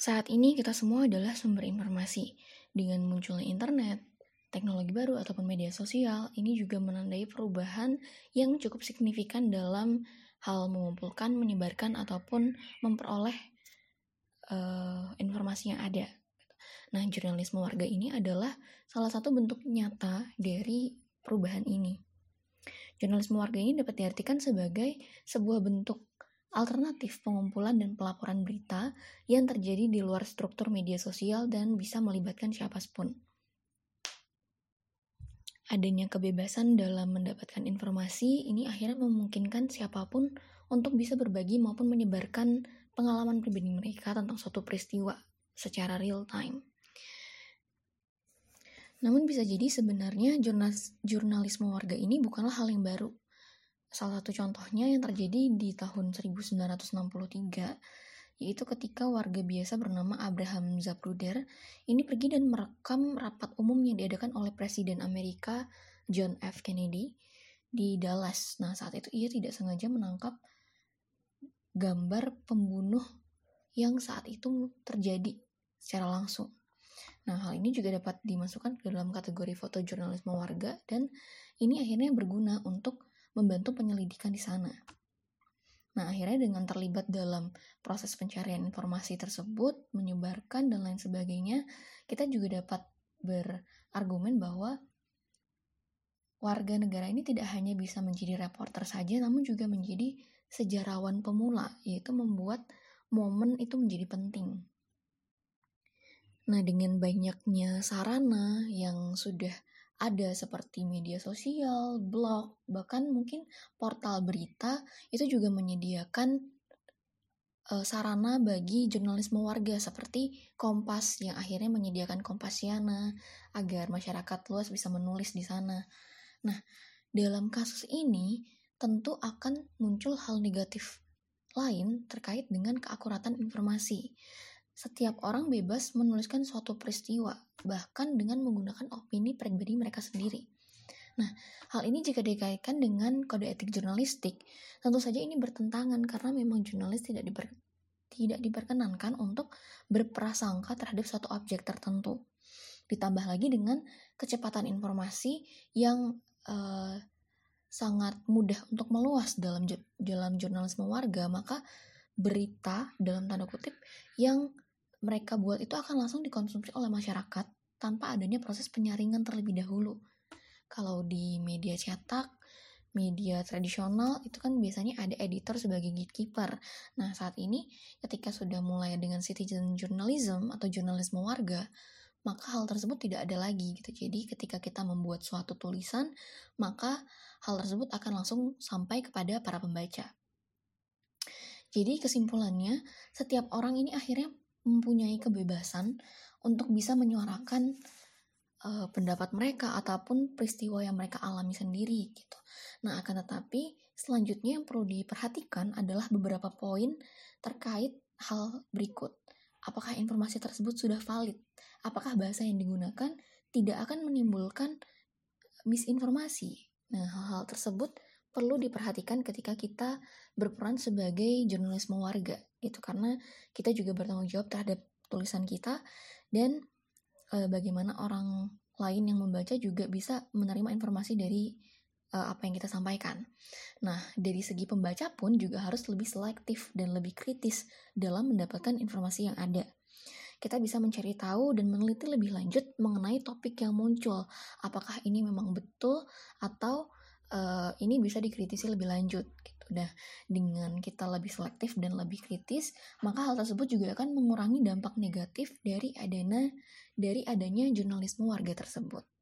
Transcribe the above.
Saat ini kita semua adalah sumber informasi. Dengan munculnya internet, teknologi baru ataupun media sosial, ini juga menandai perubahan yang cukup signifikan dalam hal mengumpulkan, menyebarkan, ataupun memperoleh informasi yang ada. Nah, jurnalisme warga ini adalah salah satu bentuk nyata dari perubahan ini. Jurnalisme warga ini dapat diartikan sebagai sebuah bentuk alternatif pengumpulan dan pelaporan berita yang terjadi di luar struktur media sosial dan bisa melibatkan siapapun. Adanya kebebasan dalam mendapatkan informasi ini akhirnya memungkinkan siapapun untuk bisa berbagi maupun menyebarkan pengalaman pribadi mereka tentang suatu peristiwa secara real time. Namun bisa jadi sebenarnya jurnalisme warga ini bukanlah hal yang baru. Salah satu contohnya yang terjadi di tahun 1963, yaitu ketika warga biasa bernama Abraham Zapruder ini pergi dan merekam rapat umum yang diadakan oleh Presiden Amerika John F. Kennedy di Dallas. Nah, saat itu ia tidak sengaja menangkap gambar pembunuh yang saat itu terjadi secara langsung. Nah, hal ini juga dapat dimasukkan ke dalam kategori fotojurnalisme warga dan ini akhirnya berguna untuk membantu penyelidikan di sana. Nah, akhirnya dengan terlibat dalam proses pencarian informasi tersebut, menyebarkan dan lain sebagainya, kita juga dapat berargumen bahwa warga negara ini tidak hanya bisa menjadi reporter saja, namun juga menjadi sejarawan pemula, yaitu membuat momen itu menjadi penting. Nah, dengan banyaknya sarana yang sudah ada seperti media sosial, blog, bahkan mungkin portal berita, itu juga menyediakan sarana bagi jurnalisme warga seperti Kompas yang akhirnya menyediakan Kompasiana agar masyarakat luas bisa menulis di sana. Nah, dalam kasus ini tentu akan muncul hal negatif lain terkait dengan keakuratan informasi. Setiap orang bebas menuliskan suatu peristiwa, bahkan dengan menggunakan opini pribadi mereka sendiri. Nah, hal ini jika dikaitkan dengan kode etik jurnalistik, tentu saja ini bertentangan karena memang jurnalis tidak diperkenankan untuk berprasangka terhadap suatu objek tertentu. Ditambah lagi dengan kecepatan informasi yang sangat mudah untuk meluas dalam jurnalisme warga, maka berita dalam tanda kutip yang mereka buat itu akan langsung dikonsumsi oleh masyarakat tanpa adanya proses penyaringan terlebih dahulu. Kalau di media cetak, media tradisional itu kan biasanya ada editor sebagai gatekeeper. Nah, saat ini ketika sudah mulai dengan citizen journalism atau jurnalisme warga, maka hal tersebut tidak ada lagi gitu. Jadi ketika kita membuat suatu tulisan, maka hal tersebut akan langsung sampai kepada para pembaca. Jadi kesimpulannya, setiap orang ini akhirnya mempunyai kebebasan untuk bisa menyuarakan pendapat mereka ataupun peristiwa yang mereka alami sendiri gitu. Nah, akan tetapi selanjutnya yang perlu diperhatikan adalah beberapa poin terkait hal berikut. Apakah informasi tersebut sudah valid? Apakah bahasa yang digunakan tidak akan menimbulkan misinformasi? Nah, hal-hal tersebut perlu diperhatikan ketika kita berperan sebagai jurnalisme warga gitu, karena kita juga bertanggung jawab terhadap tulisan kita dan bagaimana orang lain yang membaca juga bisa menerima informasi dari apa yang kita sampaikan. Nah, dari segi pembaca pun juga harus lebih selektif dan lebih kritis dalam mendapatkan informasi yang ada. Kita bisa mencari tahu dan meneliti lebih lanjut mengenai topik yang muncul. Apakah ini memang betul atau ini bisa dikritisi lebih lanjut gitu. Nah, dengan kita lebih selektif dan lebih kritis, maka hal tersebut juga akan mengurangi dampak negatif dari adanya jurnalisme warga tersebut.